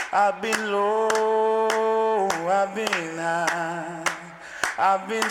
I've been low, I've been high, I've been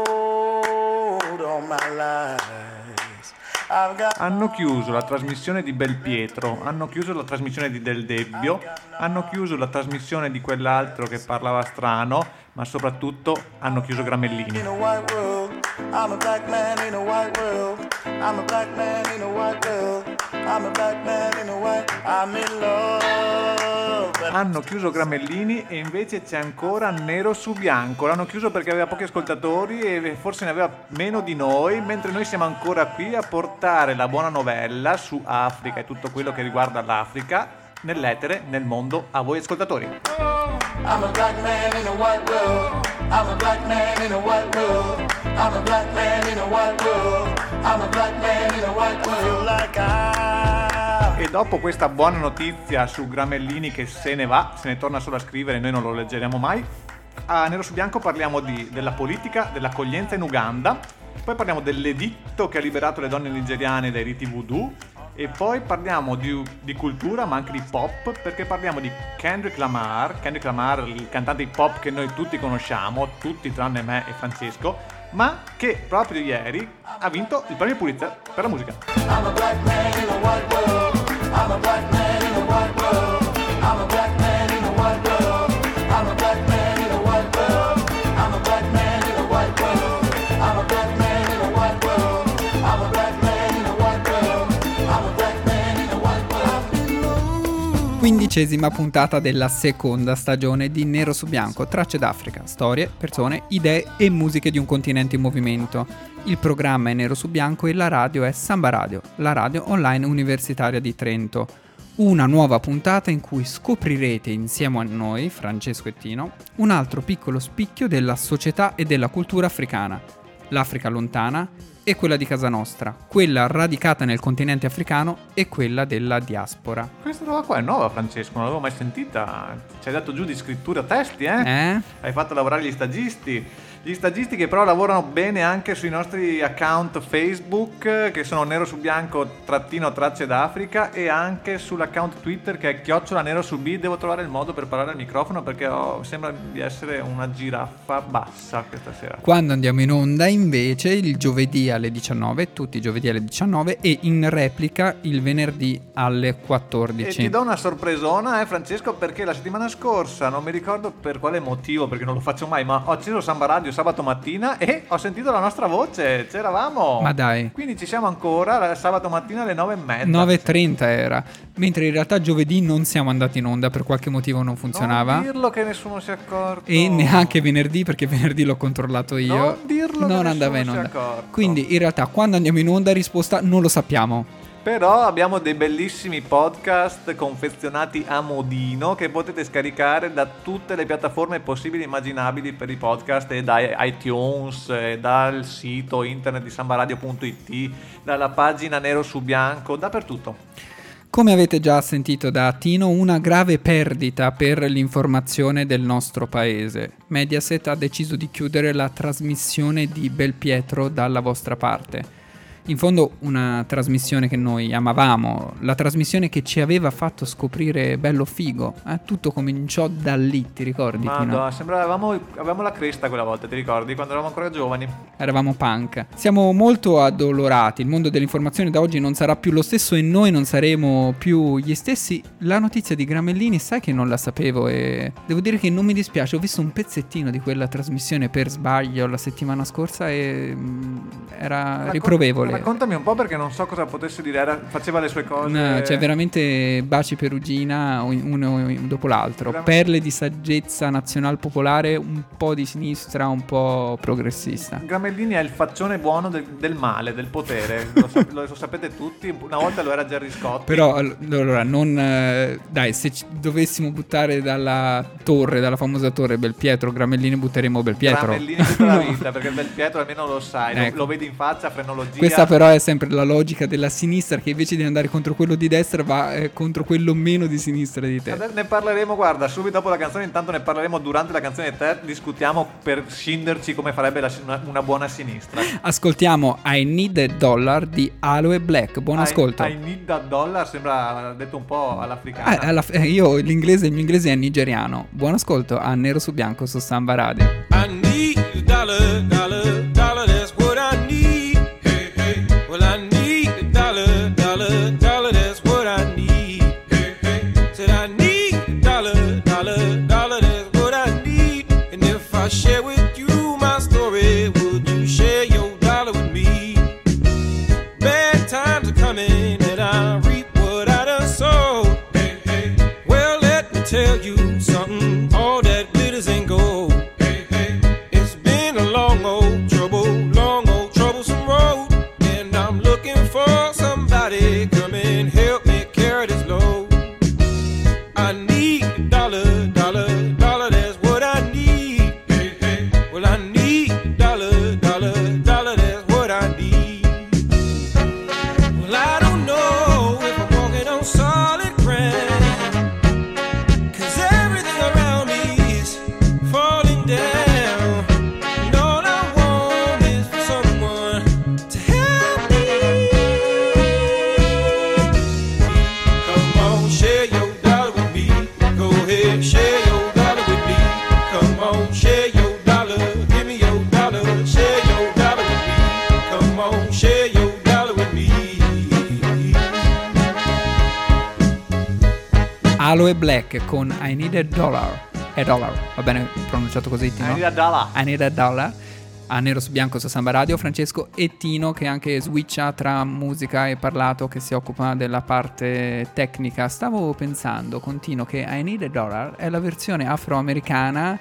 sold all my life. Hanno chiuso la trasmissione di Belpietro, hanno chiuso la trasmissione di Del Debbio, hanno chiuso la trasmissione di quell'altro che parlava strano, ma soprattutto hanno chiuso Gramellini. In a white world, I'm a black man in a white world. I'm a black man in a white world. I'm a black man in a white. I'm in love. Hanno chiuso Gramellini e invece c'è ancora Nero su Bianco. L'hanno chiuso perché aveva pochi ascoltatori e forse ne aveva meno di noi, mentre noi siamo ancora qui a portare la buona novella su Africa e tutto quello che riguarda l'Africa nell'etere, nel mondo, a voi ascoltatori. I'm a black man in a white world. I'm a black man in a white world. I'm a black man in a white world. I'm a black man in a white world. Like E dopo questa buona notizia su Gramellini che se ne va, se ne torna solo a scrivere, noi non lo leggeremo mai, a Nero su Bianco parliamo della politica, dell'accoglienza in Uganda, poi parliamo dell'editto che ha liberato le donne nigeriane dai riti voodoo, e poi parliamo di cultura ma anche di pop, perché parliamo di Kendrick Lamar, il cantante hip hop che noi tutti conosciamo, tutti tranne me e Francesco, ma che proprio ieri ha vinto il premio Pulitzer per la musica. I'm a black man in a white world. I'm a black man in a white world. I'm a black man in a white world. I'm a black man in a white world. I'm a black man in a white world. I'm a black man in a white world. I'm a black man in a white world. I'm a black man in a white world. 15ª puntata della seconda stagione di Nero su Bianco, tracce d'Africa, storie, persone, idee e musiche di un continente in movimento. Il programma è Nero su Bianco e la radio è Samba Radio, la radio online universitaria di Trento. Una nuova puntata in cui scoprirete insieme a noi, Francesco e Tino, un altro piccolo spicchio della società e della cultura africana. L'Africa lontana e quella di casa nostra, quella radicata nel continente africano e quella della diaspora. Questa roba qua è nuova, Francesco, non l'avevo mai sentita. Ci hai dato giù di scrittura testi, eh? Hai fatto lavorare gli stagisti che però lavorano bene anche sui nostri account Facebook, che sono Nero su Bianco _tracce d'Africa, e anche sull'account Twitter che è @Nero su B. Devo trovare il modo per parlare al microfono perché sembra di essere una giraffa bassa questa sera. Quando andiamo in onda invece il giovedì alle 19, tutti i giovedì alle 19, e in replica il venerdì alle 14. E ti do una sorpresona, Francesco, perché la settimana scorsa, non mi ricordo per quale motivo, perché non lo faccio mai, ma ho acceso Samba Radio sabato mattina e ho sentito la nostra voce, c'eravamo. Ma dai. Quindi ci siamo ancora sabato mattina alle 9:30. 9:30 era, mentre in realtà giovedì non siamo andati in onda, per qualche motivo non funzionava. Non dirlo che nessuno si è accorto. E neanche venerdì, perché venerdì l'ho controllato io. Non dirlo non che andava in nessuno onda. si è accorto. Quindi in realtà quando andiamo in onda risposta non lo sappiamo. Però abbiamo dei bellissimi podcast confezionati a modino che potete scaricare da tutte le piattaforme possibili e immaginabili per i podcast, e da iTunes, e dal sito internet di sambaradio.it, dalla pagina Nero su Bianco, dappertutto. Come avete già sentito da Tino, una grave perdita per l'informazione del nostro paese. Mediaset ha deciso di chiudere la trasmissione di Belpietro dalla vostra parte. In fondo una trasmissione che noi amavamo, la trasmissione che ci aveva fatto scoprire Bello Figo. Tutto cominciò da lì, ti ricordi? Madonna, avevamo la cresta quella volta, ti ricordi? Quando eravamo ancora giovani. Eravamo punk. Siamo molto addolorati, il mondo dell'informazione da oggi non sarà più lo stesso e noi non saremo più gli stessi. La notizia di Gramellini, sai che non la sapevo e devo dire che non mi dispiace, ho visto un pezzettino di quella trasmissione per sbaglio la settimana scorsa e era riprovevole. Raccontami un po', perché non so cosa potesse dire, faceva le sue cose. No, cioè veramente baci perugina uno dopo l'altro, perle di saggezza nazional popolare, un po' di sinistra, un po' progressista. Gramellini è il faccione buono del male, del potere, lo sapete tutti, una volta lo era Gerry Scott. Però allora non dai, se dovessimo buttare dalla famosa torre Belpietro, Gramellini butteremo Belpietro. Gramellini tutta la vita, perché Belpietro almeno lo sai, lo vedi in faccia, frenologia. Questa questa però è sempre la logica della sinistra, che invece di andare contro quello di destra va contro quello meno di sinistra di te. Ne parleremo, guarda, subito dopo la canzone, intanto ne parleremo durante la canzone di te, discutiamo per scinderci come farebbe una buona sinistra. Ascoltiamo I Need a Dollar di Aloe Black, buon ascolto. I Need a Dollar sembra detto un po' all'africana. Il mio inglese è nigeriano. Buon ascolto a Nero su Bianco su Samba Radio. I need a dollar, dollar, dollar, that's what I need. Hey, hey. Well, I need a dollar, dollar, dollar, that's what I need. Hey, hey. Said I need a dollar, dollar, dollar, that's what I need. And if I share with you my story, would you share your dollar with me? Bad times are coming and I reap what I done sowed. Hey, hey. Well, let me tell you something, all that glitters ain't gold. Hey, hey. It's been a long old troublesome road, and I'm looking for somebody come and help me carry this load. I need a dollar, dollar, dollar, that's what I need. Hey, hey. Well, I need a dollar, dollar, dollar, that's what I need. Well, I don't know if I'm walking on solid ground, 'cause everything around me is falling down. And all I want is for someone to help me. Come on, share your dollar with me. Go ahead, share your dollar with me. Come on, share your dollar. Give me your dollar. Share your dollar with me. Come on, share your dollar with me. Aloe Black con I Need a Dollar. A dollar, va bene pronunciato così, Tino? I Need a Dollar. I Need a Dollar. A Nero su Bianco su Samba Radio, Francesco e Tino, che anche switcha tra musica e parlato, che si occupa della parte tecnica. Stavo pensando con Tino che I Need a Dollar è la versione afroamericana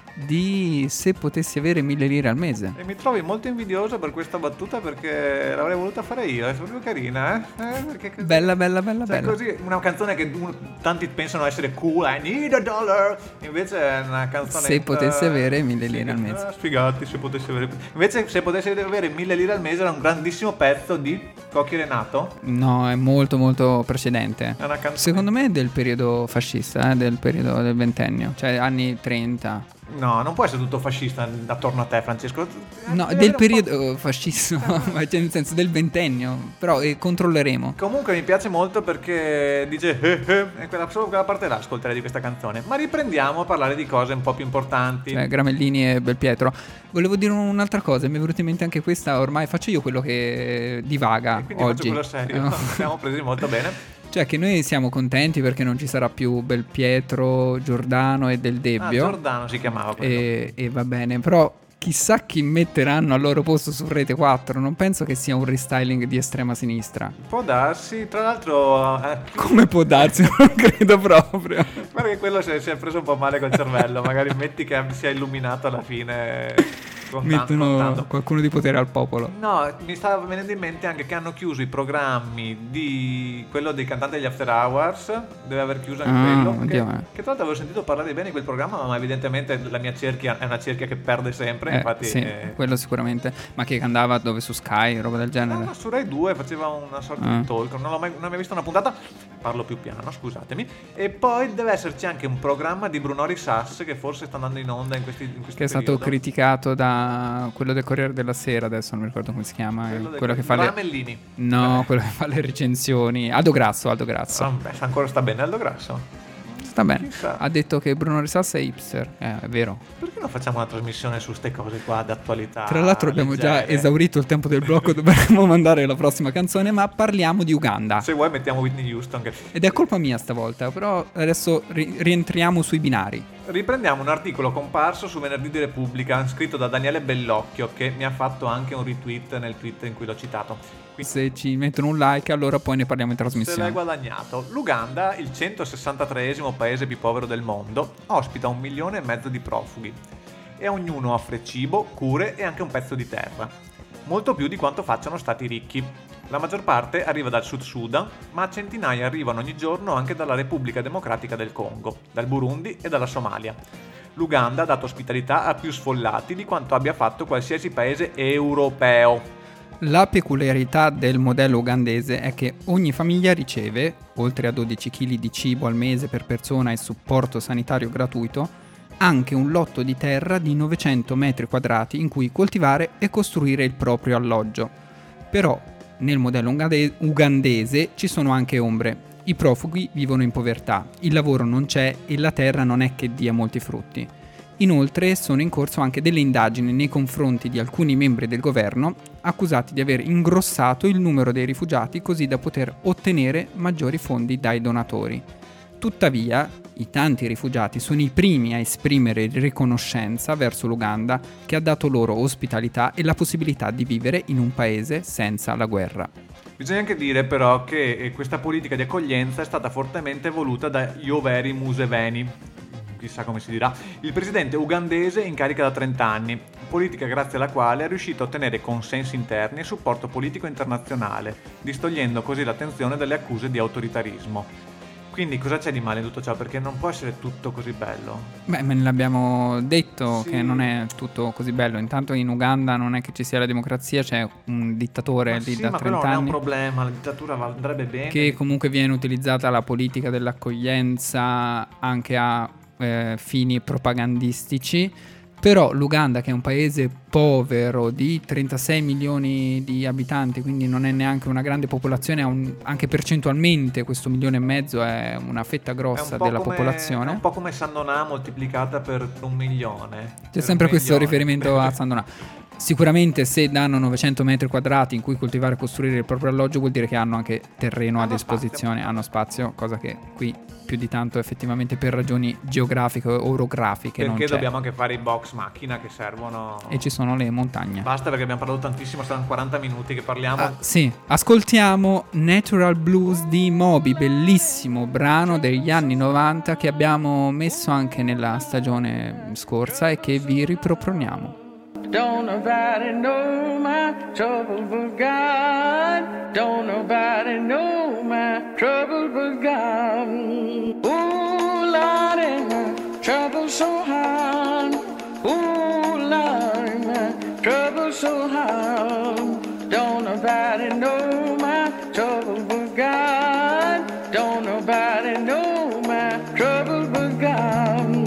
di Se potessi avere 1000 lire al mese. E mi trovi molto invidioso per questa battuta, perché l'avrei voluta fare io, è proprio carina, perché così, Bella. così, una canzone che tanti pensano essere cool, I need a dollar, invece è una canzone Se potessi avere 1000 lire al mese. Sfigati, se potessi avere. Invece Se potessi avere 1000 lire al mese era un grandissimo pezzo di Cocchi Renato. No, è molto precedente. È una canzone. Secondo me è del periodo fascista, del periodo del ventennio, cioè anni 30. No, non può essere tutto fascista attorno a te, Francesco. No, Deve del avere un po'. periodo fascista, ma cioè nel senso del ventennio. Però controlleremo. Comunque mi piace molto perché dice e solo quella parte là ascolterei di questa canzone. Ma riprendiamo a parlare di cose un po' più importanti. Gramellini e Belpietro. Volevo dire un'altra cosa, mi è venuta in mente anche questa. Ormai faccio io quello che divaga Quindi oggi. faccio quello serio. Ci siamo presi molto bene. Cioè che noi siamo contenti perché non ci sarà più Belpietro, Giordano e Del Debbio. Giordano si chiamava quello. E va bene, però chissà chi metteranno al loro posto su Rete 4. Non penso che sia un restyling di estrema sinistra. Può darsi, tra l'altro Come può darsi? Non credo proprio. guarda che quello si è preso un po' male col cervello. Magari metti che si è illuminato alla fine Mettono contando. qualcuno di potere al popolo. No, mi stava venendo in mente anche che hanno chiuso i programmi di quello dei cantanti degli After Hours. Deve aver chiuso anche quello. oddio, Che tra l'altro avevo sentito parlare bene di quel programma, ma evidentemente la mia cerchia è una cerchia che perde sempre. Infatti, sì, quello sicuramente. Ma che andava dove, su Sky, roba del genere? no, su Rai 2 faceva una sorta di talk. Non ho mai visto una puntata. Parlo più piano, scusatemi. E poi deve esserci anche un programma di Bruno Risas che forse sta andando in onda in questi che è stato criticato da quello del Corriere della Sera, adesso non mi ricordo come si chiama, quello che fa Gramellini. No, quello che fa le recensioni. Aldo Grasso. Vabbè, ancora sta bene Aldo Grasso. Sta bene. Chissà. Ha detto che Bruno Risas è hipster, è vero. Perché non facciamo una trasmissione su ste cose qua d'attualità? Tra l'altro abbiamo già leggere? esaurito il tempo del blocco, dovremmo mandare la prossima canzone, ma parliamo di Uganda. Se vuoi mettiamo Whitney Houston Ed è colpa mia stavolta, però adesso rientriamo sui binari. Riprendiamo un articolo comparso su Venerdì di Repubblica, scritto da Daniele Bellocchio, che mi ha fatto anche un retweet nel tweet in cui l'ho citato. Se ci mettono un like, allora poi ne parliamo in Se l'hai trasmissione. guadagnato. L'Uganda, il 163esimo paese più povero del mondo, ospita 1,5 milioni di profughi. E ognuno offre cibo, cure e anche un pezzo di terra. Molto più di quanto facciano stati ricchi. La maggior parte arriva dal Sud Sudan, ma centinaia arrivano ogni giorno anche dalla Repubblica Democratica del Congo, dal Burundi e dalla Somalia. L'Uganda ha dato ospitalità a più sfollati di quanto abbia fatto qualsiasi paese europeo. La peculiarità del modello ugandese è che ogni famiglia riceve, oltre a 12 kg di cibo al mese per persona e supporto sanitario gratuito, anche un lotto di terra di 900 metri quadrati in cui coltivare e costruire il proprio alloggio. Però nel modello ugandese ci sono anche ombre. I profughi vivono in povertà, il lavoro non c'è e la terra non è che dia molti frutti. Inoltre sono in corso anche delle indagini nei confronti di alcuni membri del governo accusati di aver ingrossato il numero dei rifugiati così da poter ottenere maggiori fondi dai donatori. Tuttavia, i tanti rifugiati sono i primi a esprimere riconoscenza verso l'Uganda, che ha dato loro ospitalità e la possibilità di vivere in un paese senza la guerra. Bisogna anche dire però che questa politica di accoglienza è stata fortemente voluta da Yoweri Museveni, chissà come si dirà, il presidente ugandese in carica da 30 anni, politica grazie alla quale è riuscito a ottenere consensi interni e supporto politico internazionale, distogliendo così l'attenzione dalle accuse di autoritarismo. Quindi cosa c'è di male in tutto ciò? Perché non può essere tutto così bello. Beh, me l'abbiamo detto Sì. che non è tutto così bello. Intanto in Uganda non è che ci sia la democrazia, c'è un dittatore Ma lì sì, da ma quello 30 non è un anni problema, la dittatura andrebbe bene. che comunque viene utilizzata la politica dell'accoglienza anche a fini propagandistici. Però l'Uganda, che è un paese povero di 36 milioni di abitanti, quindi non è neanche una grande popolazione, anche percentualmente questo 1,5 milioni è una fetta È un grossa po' della come- popolazione. È un po' come Sandonà moltiplicata per 1 milione. C'è Per sempre 1 questo milione. riferimento a Sandonà. Sicuramente se danno 900 metri quadrati in cui coltivare e costruire il proprio alloggio vuol dire che hanno anche terreno a Hanno disposizione, spazio. hanno spazio, cosa che qui più di tanto effettivamente per ragioni geografiche o orografiche non Perché c'è. dobbiamo anche fare i box macchina che servono. E ci sono le montagne. Basta perché abbiamo parlato tantissimo, saranno 40 minuti che parliamo. Ah, sì, ascoltiamo Natural Blues di Moby, bellissimo brano degli anni 90 che abbiamo messo anche nella stagione scorsa e che vi riproponiamo. Don't nobody know my trouble but God. Don't nobody know my trouble but God. Ooh, Lord, my trouble so hard. Ooh, Lord, my trouble so hard. Don't nobody know my trouble but God. Don't nobody know my trouble but God.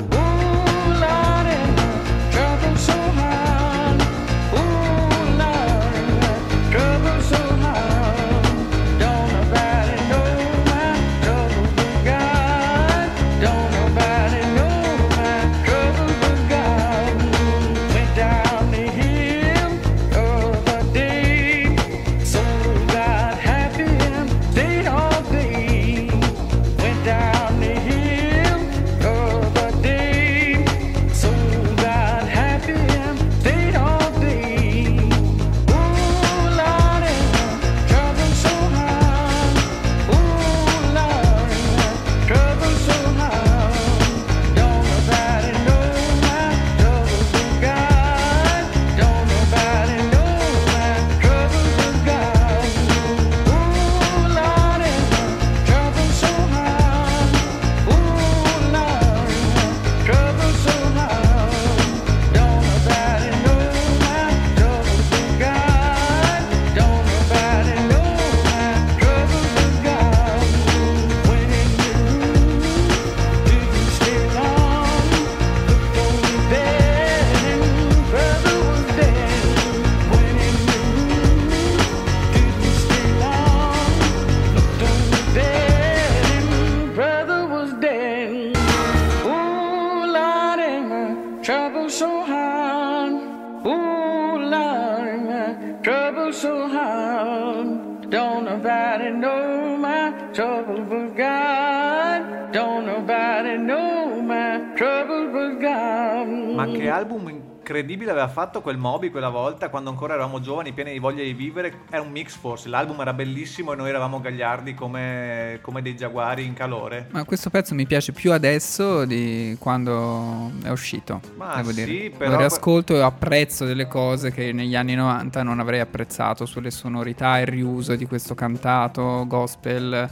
Ma che album incredibile aveva fatto quel Moby quella volta, quando ancora eravamo giovani, pieni di voglia di vivere. Era un mix forse, l'album era bellissimo e noi eravamo gagliardi come dei giaguari in calore. Ma questo pezzo mi piace più adesso di quando è uscito, Ma devo sì, dire. però- Lo riascolto e apprezzo delle cose che negli anni 90 non avrei apprezzato, sulle sonorità e il riuso di questo cantato, gospel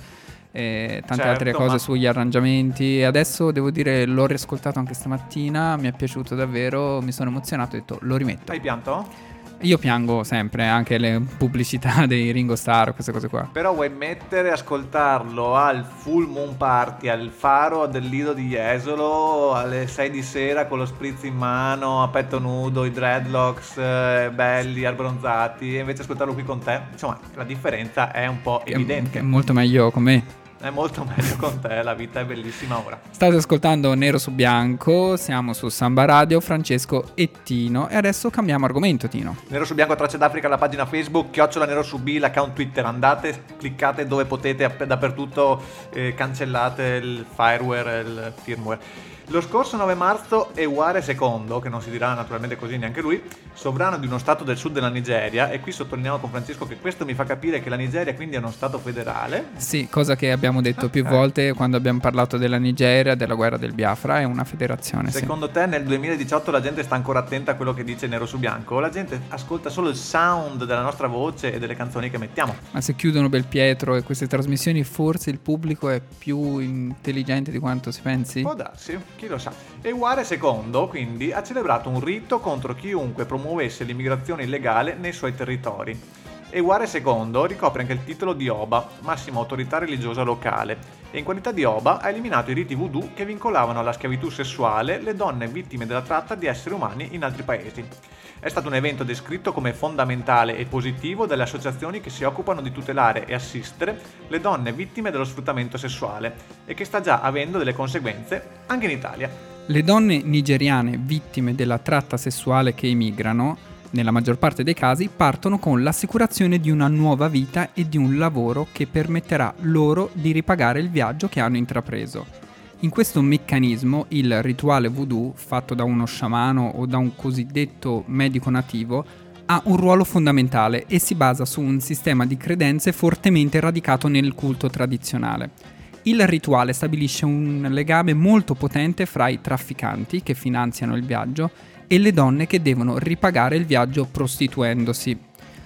e tante Certo, altre cose ma- sugli arrangiamenti. E adesso devo dire, l'ho riascoltato anche stamattina, mi è piaciuto davvero, mi sono emozionato e ho detto lo rimetto. Hai pianto? Io piango sempre, anche le pubblicità dei Ringo Starr, queste cose qua. Però vuoi mettere, ascoltarlo al Full Moon Party, al faro del Lido di Jesolo, alle 6 di sera con lo spritz in mano, a petto nudo, i dreadlocks belli, abbronzati, e invece ascoltarlo qui con te, insomma, la differenza è un po' evidente. È molto meglio con me. È molto meglio con te, la vita è bellissima ora. State ascoltando Nero su Bianco, siamo su Samba Radio, Francesco e Tino, e adesso cambiamo argomento, Tino. Nero su Bianco, Tracce d'Africa, la pagina Facebook, @Nero su B, l'account Twitter. Andate, cliccate dove potete, dappertutto, cancellate il fireware, il firmware. Lo scorso 9 marzo Ewuare II, che non si dirà naturalmente così neanche lui, sovrano di uno stato del sud della Nigeria, e qui sottolineiamo con Francesco che questo mi fa capire che la Nigeria quindi è uno stato federale. Sì, cosa che abbiamo detto più volte quando abbiamo parlato della Nigeria, della guerra del Biafra, è una federazione. Secondo te nel 2018 la gente sta ancora attenta a quello che dice Nero su Bianco? O la gente ascolta solo il sound della nostra voce e delle canzoni che mettiamo? Ma se chiudono Belpietro e queste trasmissioni, forse il pubblico è più intelligente di quanto si pensi? Può darsi, chi lo sa. Ewuare II quindi ha celebrato un rito contro chiunque promuovesse l'immigrazione illegale nei suoi territori. Ewuare II ricopre anche il titolo di Oba, massima autorità religiosa locale, e in qualità di Oba ha eliminato i riti voodoo che vincolavano alla schiavitù sessuale le donne vittime della tratta di esseri umani in altri paesi. È stato un evento descritto come fondamentale e positivo dalle associazioni che si occupano di tutelare e assistere le donne vittime dello sfruttamento sessuale, e che sta già avendo delle conseguenze anche in Italia. Le donne nigeriane vittime della tratta sessuale che emigrano, nella maggior parte dei casi, partono con l'assicurazione di una nuova vita e di un lavoro che permetterà loro di ripagare il viaggio che hanno intrapreso. In questo meccanismo il rituale voodoo, fatto da uno sciamano o da un cosiddetto medico nativo, ha un ruolo fondamentale e si basa su un sistema di credenze fortemente radicato nel culto tradizionale. Il rituale stabilisce un legame molto potente fra i trafficanti che finanziano il viaggio e le donne che devono ripagare il viaggio prostituendosi.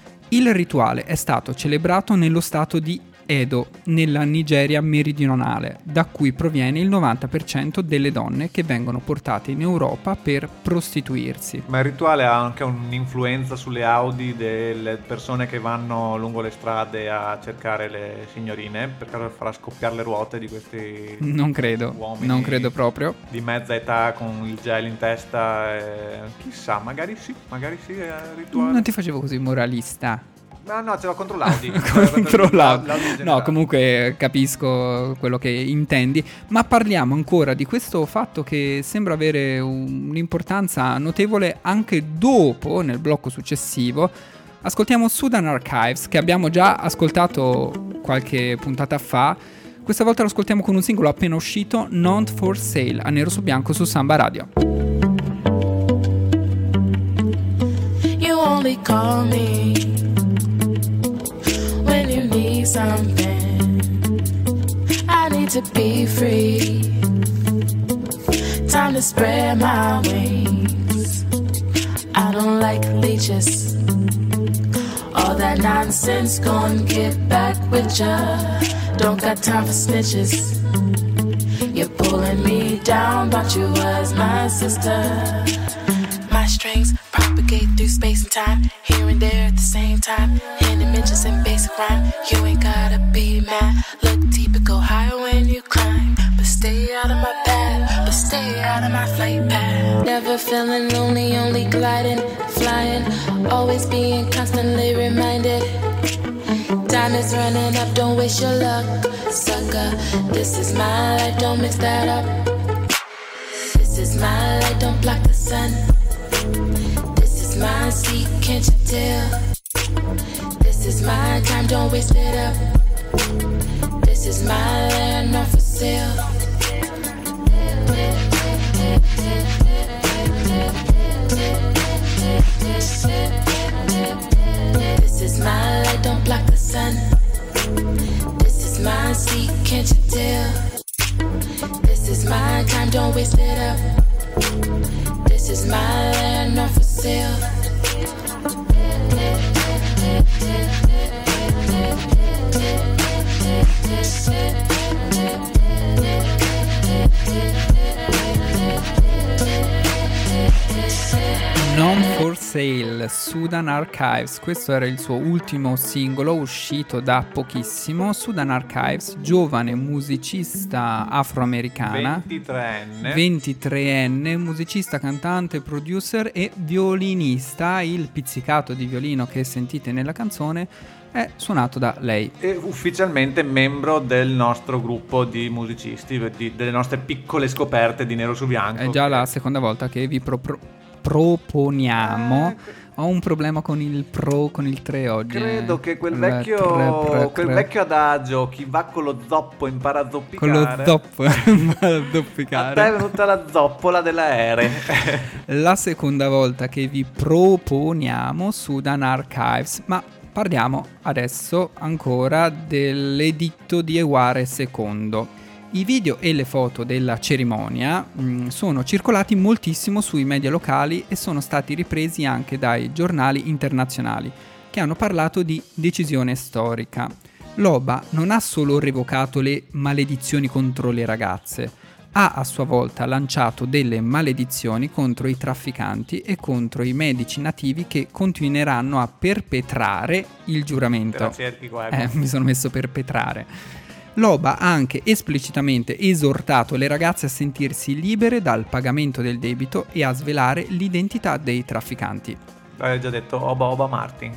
Il rituale è stato celebrato nello stato di Edo, nella Nigeria meridionale, da cui proviene il 90% delle donne che vengono portate in Europa per prostituirsi. Ma il rituale ha anche un'influenza sulle Audi delle persone che vanno lungo le strade a cercare le signorine? Per caso farà scoppiare le ruote di questi Non credo, uomini non credo proprio. di mezza età con il gel in testa? Chissà, magari sì, è il rituale. Non ti facevo così moralista. No, ce l'ho contro l'Audi. Contro l'Audi. L'Audi in No, generale. comunque capisco quello che intendi, ma parliamo ancora di questo fatto che sembra avere un'importanza notevole anche dopo, nel blocco successivo. Ascoltiamo Sudan Archives, che abbiamo già ascoltato qualche puntata fa. Questa volta lo ascoltiamo con un singolo appena uscito, Not For Sale, a Nero su Bianco su Samba Radio. You only call me when you need something. I need to be free. Time to spread my wings. I don't like leeches. All that nonsense, gon' get back with ya. Don't got time for snitches. You're pulling me down, but you was my sister. My strings propagate through space and time, here and there at the same time. In dimensions and basic rhyme, you ain't gotta be mad. Look deep and go higher when you climb, but stay out of my path, but stay out of my flight path. Never feeling lonely, only gliding, flying, always being constantly reminded. Time is running up, don't waste your luck, sucker. This is my life, don't mix that up. This is my light, don't block the sun. This is my seat, can't you tell? This is my time, don't waste it up. This is my land, not for sale. This is my light, don't block the sun. This is my seat, can't you tell? This is my time, don't waste it up. This is my land, not for sale. Non For Sale, Sudan Archives. Questo era il suo ultimo singolo uscito da pochissimo. Sudan Archives, giovane musicista afroamericana, 23enne, musicista, cantante, producer e violinista. Il pizzicato di violino che sentite nella canzone è suonato da lei. È ufficialmente membro del nostro gruppo di musicisti, delle nostre piccole scoperte di Nero su Bianco. È già la seconda volta che vi proponiamo. Ho un problema con il 3 oggi. Credo che quel vecchio adagio, chi va con lo zoppo impara a zoppicare. Con lo zoppo impara a zoppicare. A te è venuta la zoppola dell'aereo. La seconda volta che vi proponiamo Sudan Archives, ma parliamo adesso ancora dell'editto di Eware II. I video e le foto della cerimonia sono circolati moltissimo sui media locali e sono stati ripresi anche dai giornali internazionali, che hanno parlato di decisione storica. L'OBA non ha solo revocato le maledizioni contro le ragazze, ha a sua volta lanciato delle maledizioni contro i trafficanti e contro i medici nativi che continueranno a perpetrare il giuramento. Mi sono messo perpetrare. L'OBA ha anche esplicitamente esortato le ragazze a sentirsi libere dal pagamento del debito e a svelare l'identità dei trafficanti. Hai già detto Oba Martin.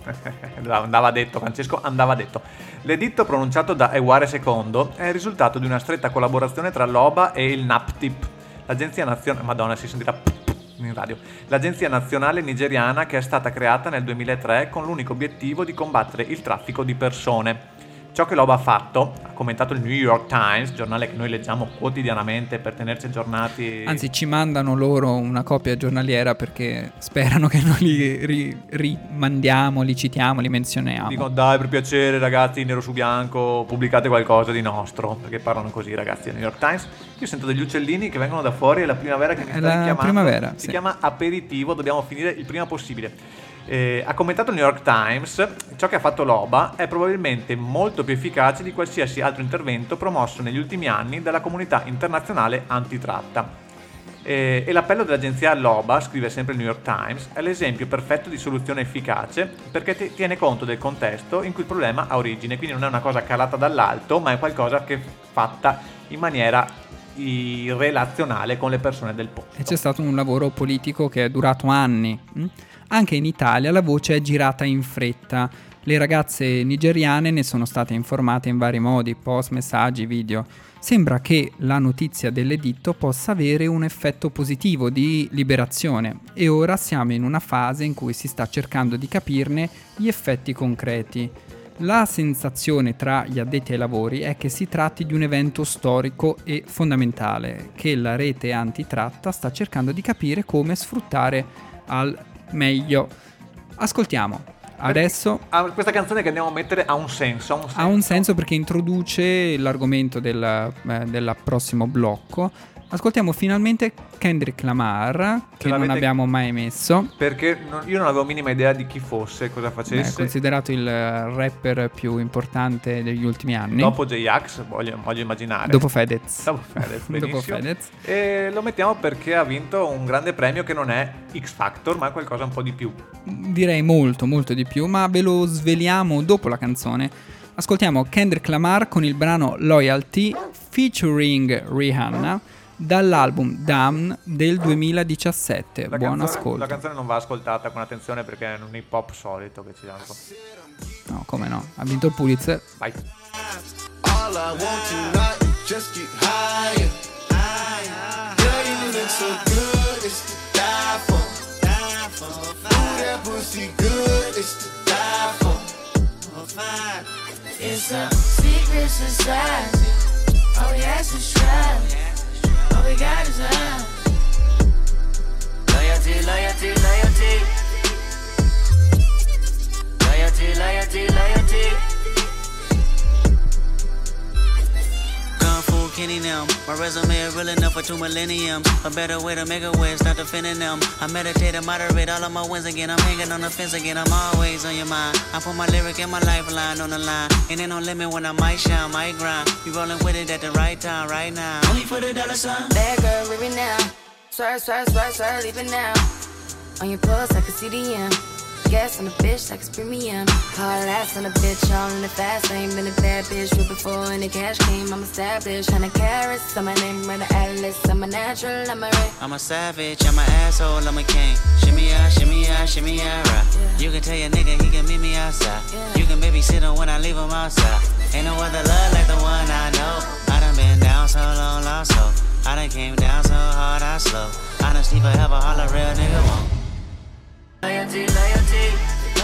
Andava detto, Francesco, andava detto. L'editto pronunciato da Eware II è il risultato di una stretta collaborazione tra l'OBA e il NAPTIP, l'agenzia nazionale, Madonna, si sentirà in radio, l'agenzia nazionale nigeriana che è stata creata nel 2003 con l'unico obiettivo di combattere il traffico di persone. Ciò che l'OBA ha fatto, ha commentato il New York Times, giornale che noi leggiamo quotidianamente per tenerci aggiornati. Anzi, ci mandano loro una copia giornaliera perché sperano che noi li rimandiamo, li citiamo, li menzioniamo. Dicono dai, per piacere ragazzi, nero su bianco, pubblicate qualcosa di nostro, perché parlano così ragazzi del New York Times. Io sento degli uccellini che vengono da fuori, è la primavera che mi sta richiamando. Primavera, si chiama aperitivo, dobbiamo finire il prima possibile. Ha commentato il New York Times: ciò che ha fatto l'OBA è probabilmente molto più efficace di qualsiasi altro intervento promosso negli ultimi anni dalla comunità internazionale antitratta. E l'appello dell'agenzia all'OBA, scrive sempre il New York Times, è l'esempio perfetto di soluzione efficace perché tiene conto del contesto in cui il problema ha origine, quindi non è una cosa calata dall'alto, ma è qualcosa che è fatta in maniera relazionale con le persone del posto. E c'è stato un lavoro politico che è durato anni. Anche in Italia la voce è girata in fretta. Le ragazze nigeriane ne sono state informate in vari modi, post, messaggi, video. Sembra che la notizia dell'editto possa avere un effetto positivo di liberazione e ora siamo in una fase in cui si sta cercando di capirne gli effetti concreti. La sensazione tra gli addetti ai lavori è che si tratti di un evento storico e fondamentale che la rete antitratta sta cercando di capire come sfruttare al meglio. Ascoltiamo adesso. Questa canzone che andiamo a mettere ha un senso. Ha un senso perché introduce l'argomento del prossimo blocco. Ascoltiamo finalmente Kendrick Lamar, che non abbiamo mai messo. Perché io non avevo minima idea di chi fosse, cosa facesse. È considerato il rapper più importante degli ultimi anni. Dopo J-Ax, voglio immaginare. Dopo Fedez. Benissimo. Dopo Fedez. E lo mettiamo perché ha vinto un grande premio che non è X Factor, ma è qualcosa un po' di più. Direi molto, molto di più, ma ve lo sveliamo dopo la canzone. Ascoltiamo Kendrick Lamar con il brano Loyalty featuring Rihanna dall'album Damn del 2017. Buon ascolto. La canzone non va ascoltata con attenzione perché è un hip hop solito che ci dà un po'. No, come no? Ha vinto il Pulitzer. Vai. All I want tonight, just get higher. Girl, you look so good, it's to die for. Ooh, that pussy good, it's to die for. It's a secret society. All we ask is try. All we got is love. Loyalty, loyalty, loyalty. Loyalty, loyalty, loyalty. Kung Fu Kenny now. My resume is real enough for 2 millenniums. A better way to make a way, start defending them. I meditate and moderate all of my wins again. I'm hanging on the fence again. I'm always on your mind. I put my lyric and my lifeline on the line. And ain't no limit when I might shine, might grind. You rolling with it at the right time, right now. Only for the dollar sign. Bad girl, leave it now. Swear, swear, swear, swear, leave it now. On your pulse, I can see the M. Gas on the bitch like it's premium. Hard ass on a bitch, all in the fast lane. Been a bad bitch with before any cash came. I'm established, 100 carats on my name, run the atlas. I'm a natural, I'm a ray. I'm a savage, I'm an asshole, I'm a king. Shimmy out, shimmy out, shimmy out, right. You can tell your nigga he can meet me outside. You can babysit him when I leave him outside. Ain't no other love like the one I know. I done been down so long, lost hope. I done came down so hard, I slow. I done sleep forever, all a real nigga won't. Loyalty, loyalty.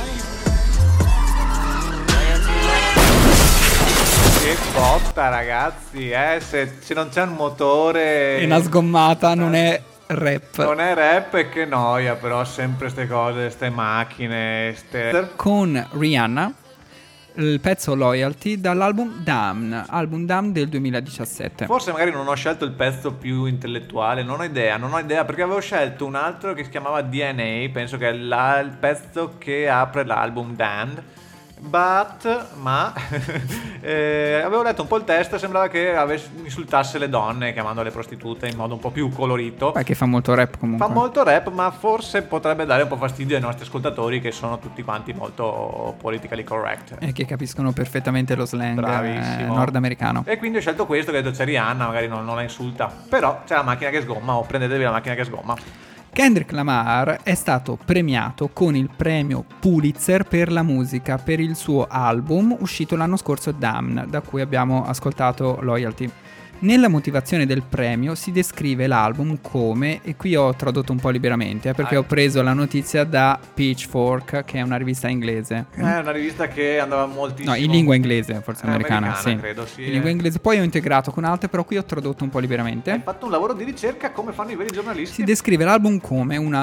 Che botta, ragazzi, se non c'è un motore E una sgommata non è rap. non è rap, e che noia, però sempre ste cose, ste macchine, Con Rihanna, il pezzo Loyalty dall'album album Damn del 2017. Forse magari non ho scelto il pezzo più intellettuale, non ho idea, perché avevo scelto un altro che si chiamava DNA, penso che è il pezzo che apre l'album Damned. Ma avevo letto un po' il testo e sembrava che insultasse le donne chiamandole prostitute in modo un po' più colorito. Che fa molto rap comunque. Fa molto rap, ma forse potrebbe dare un po' fastidio ai nostri ascoltatori, che sono tutti quanti molto politically correct E che capiscono perfettamente lo slang Bravissimo. nordamericano. E quindi ho scelto questo, che ho detto c'è Rihanna, magari non la insulta, però c'è la macchina che sgomma, o prendetevi la macchina che sgomma. Kendrick Lamar è stato premiato con il premio Pulitzer per la musica per il suo album uscito l'anno scorso, Damn, da cui abbiamo ascoltato Loyalty. Nella motivazione del premio si descrive l'album come, e qui ho tradotto un po' liberamente perché ho preso la notizia da Pitchfork, che è una rivista inglese. È una rivista che andava moltissimo. No, in lingua inglese, forse americana, sì. Credo, sì. In lingua inglese, poi ho integrato con altre, però qui ho tradotto un po' liberamente. Hai fatto un lavoro di ricerca come fanno i veri giornalisti. Si descrive l'album come una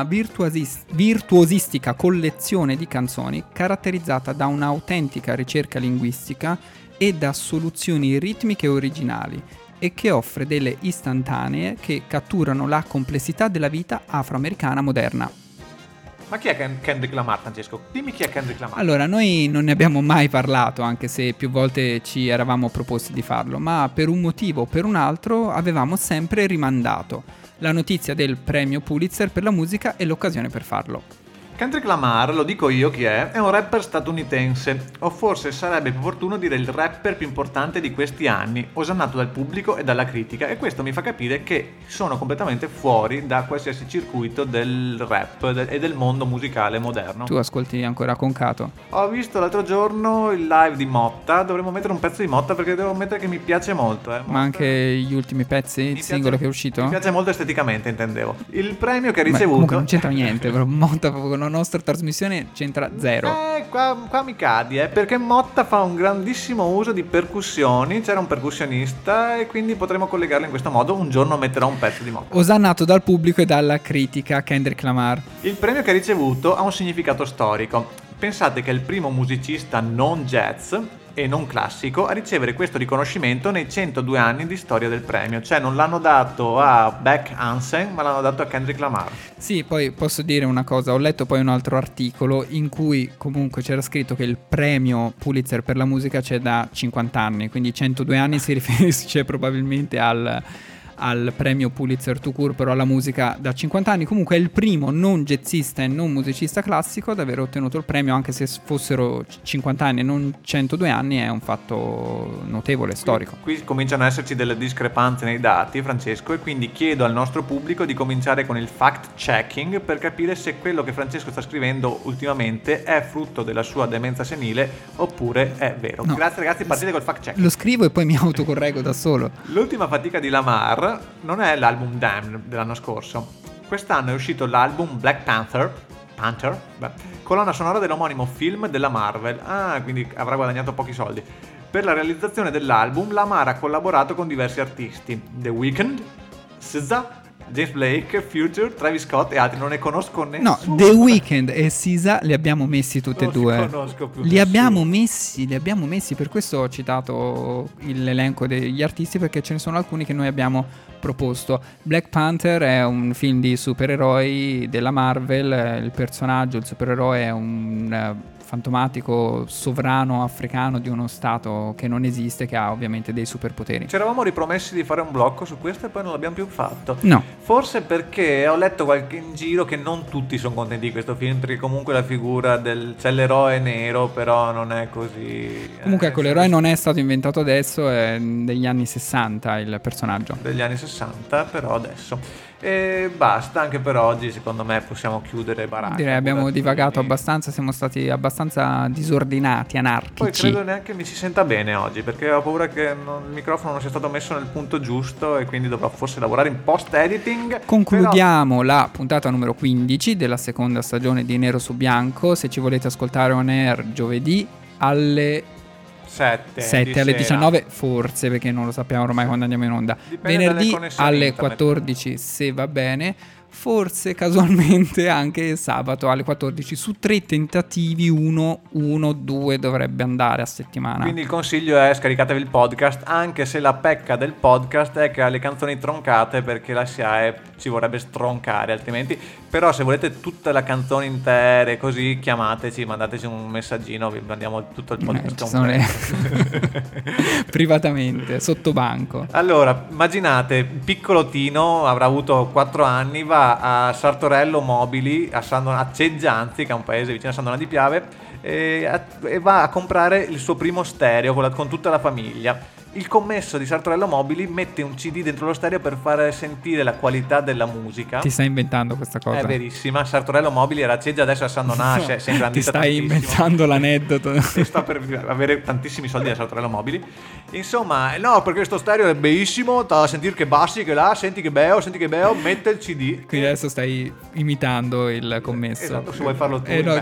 virtuosistica collezione di canzoni caratterizzata da un'autentica ricerca linguistica e da soluzioni ritmiche originali, e che offre delle istantanee che catturano la complessità della vita afroamericana moderna. Ma chi è Kendrick Lamar, Francesco? Dimmi chi è Kendrick Lamar. Allora, noi non ne abbiamo mai parlato, anche se più volte ci eravamo proposti di farlo, ma per un motivo o per un altro avevamo sempre rimandato la notizia del premio Pulitzer per la musica e l'occasione per farlo. Kendrick Lamar, lo dico io chi è un rapper statunitense, o forse sarebbe più opportuno dire il rapper più importante di questi anni, osannato dal pubblico e dalla critica, e questo mi fa capire che sono completamente fuori da qualsiasi circuito del rap e del mondo musicale moderno. Tu ascolti ancora Concato? Ho visto l'altro giorno il live di Motta, dovremmo mettere un pezzo di Motta perché devo ammettere che mi piace molto. Ma anche gli ultimi pezzi, il singolo che è uscito? Mi piace molto esteticamente, intendevo. Il premio che ha ricevuto... Comunque non c'entra niente, però Motta con la nostra trasmissione c'entra zero. Qua mi cadi, perché Motta fa un grandissimo uso di percussioni, c'era un percussionista e quindi potremo collegarlo in questo modo. Un giorno metterò un pezzo di Motta. Osannato dal pubblico e dalla critica, Kendrick Lamar. Il premio che ha ricevuto ha un significato storico. Pensate che è il primo musicista non jazz e non classico a ricevere questo riconoscimento nei 102 anni di storia del premio. Cioè non l'hanno dato a Beck Hansen, ma l'hanno dato a Kendrick Lamar. Sì, poi posso dire una cosa, ho letto poi un altro articolo in cui comunque c'era scritto che il premio Pulitzer per la musica c'è da 50 anni, quindi 102 anni si riferisce probabilmente al premio Pulitzer to court, però alla musica da 50 anni. Comunque è il primo non jazzista e non musicista classico ad aver ottenuto il premio, anche se fossero 50 anni e non 102 anni, è un fatto notevole, storico. Qui cominciano ad esserci delle discrepanze nei dati, Francesco, e quindi chiedo al nostro pubblico di cominciare con il fact checking per capire se quello che Francesco sta scrivendo ultimamente è frutto della sua demenza senile oppure è vero. No. Grazie ragazzi, partite col fact checking. Lo scrivo e poi mi autocorreggo da solo. L'ultima fatica di Lamar non è l'album Damn dell'anno scorso. Quest'anno è uscito l'album Black Panther, colonna sonora dell'omonimo film della Marvel. Quindi avrà guadagnato pochi soldi. Per la realizzazione dell'album Lamar ha collaborato con diversi artisti: The Weeknd, SZA, James Blake, Future, Travis Scott e altri. Non ne conosco nessuno. No, The Weeknd e SZA li abbiamo messi tutti e due. Non conosco più li abbiamo messi, per questo ho citato l'elenco degli artisti, perché ce ne sono alcuni che noi abbiamo proposto. Black Panther è un film di supereroi della Marvel, il personaggio, il supereroe è un fantomatico sovrano africano di uno stato che non esiste, che ha ovviamente dei superpoteri. Ci eravamo ripromessi di fare un blocco su questo e poi non l'abbiamo più fatto. No. Forse perché ho letto qualche in giro che non tutti sono contenti di questo film, perché comunque la figura c'è l'eroe nero, però non è così. Comunque ecco, l'eroe non è stato inventato adesso, è degli anni 60 il personaggio. Degli anni 60, però adesso. E basta, anche per oggi secondo me possiamo chiudere baracca. Direi abbiamo divagato abbastanza, siamo stati abbastanza disordinati, anarchici. Poi credo neanche mi si senta bene oggi, perché ho paura che il microfono non sia stato messo nel punto giusto e quindi dovrò forse lavorare in post-editing. Concludiamo la puntata numero 15 della seconda stagione di Nero su Bianco. Se ci volete ascoltare on air giovedì alle 7 alle 19, forse, perché non lo sappiamo ormai quando andiamo in onda. Dipende Venerdì alle internet. 14 se va bene, forse casualmente anche sabato alle 14. Su 3 tentativi 2 dovrebbe andare a settimana. Quindi il consiglio è scaricatevi il podcast, anche se la pecca del podcast è che ha le canzoni troncate, perché la SIAE ci vorrebbe stroncare altrimenti. Però se volete tutta la canzone intere così, chiamateci, mandateci un messaggino, vi mandiamo tutto il podcast ci sono privatamente sotto banco. Allora, immaginate, piccolo Tino avrà avuto 4 anni, va a Sartorello Mobili, a Ceggia, anzi, che è un paese vicino a Sandona di Piave, e va a comprare il suo primo stereo con tutta la famiglia. Il commesso di Sartorello Mobili mette un CD dentro lo stereo per far sentire la qualità della musica. Ti stai inventando questa cosa? È verissima. Sartorello Mobili era a Ceggia, adesso a San Donà, si è ingrandita. Ti stai inventando l'aneddoto. E sta per avere tantissimi soldi da Sartorello Mobili. Insomma, no, perché questo stereo è bellissimo, da sentire che bassi, che là, senti che beo, mette il CD. Quindi adesso stai imitando il commesso. Esatto, se vuoi farlo tu. No,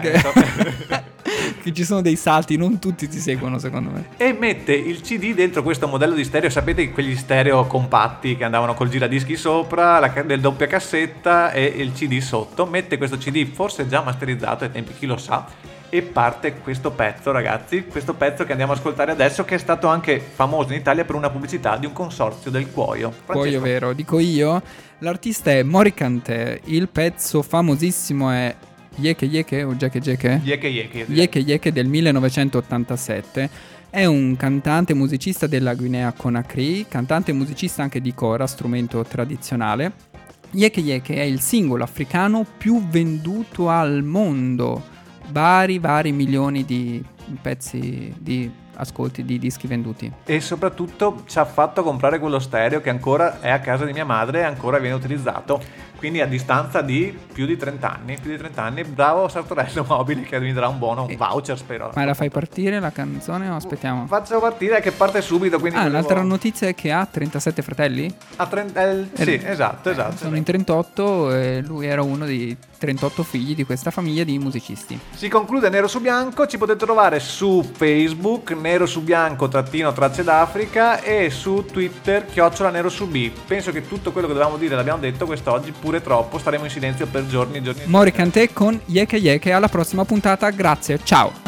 che ci sono dei salti, non tutti ti seguono secondo me. E mette il CD dentro questo modello di stereo, sapete quegli stereo compatti che andavano col giradischi sopra, del doppia cassetta e il CD sotto. Mette questo CD forse già masterizzato ai tempi, chi lo sa, e parte questo pezzo, ragazzi, questo pezzo che andiamo ad ascoltare adesso, che è stato anche famoso in Italia per una pubblicità di un consorzio del cuoio. Cuoio vero, dico io. L'artista è Mori Kanté, il pezzo famosissimo è Yeke Yeke o Jeke Jeke? Yeke Yeke del 1987. È un cantante musicista della Guinea Conakry, cantante e musicista anche di kora, strumento tradizionale. Yeke Yeke è il singolo africano più venduto al mondo. Vari milioni di pezzi di ascolti, di dischi venduti. E soprattutto ci ha fatto comprare quello stereo che ancora è a casa di mia madre e ancora viene utilizzato. Quindi a distanza di più di 30 anni, bravo Sartorello Mobili, che mi darà un buono, un voucher spero. Ma la fai partire la canzone o aspettiamo? Faccio partire, che parte subito. Quindi l'altra notizia è che ha 37 fratelli? Sì, esatto. Sono in 38 e lui era uno dei 38 figli di questa famiglia di musicisti. Si conclude Nero su Bianco, ci potete trovare su Facebook Nero su Bianco _Tracce d'Africa e su Twitter @Nero su B. Penso che tutto quello che dovevamo dire l'abbiamo detto quest'oggi, pure troppo, staremo in silenzio per giorni e giorni. Mori Kanté con Yeke Yeke, alla prossima puntata, grazie, ciao.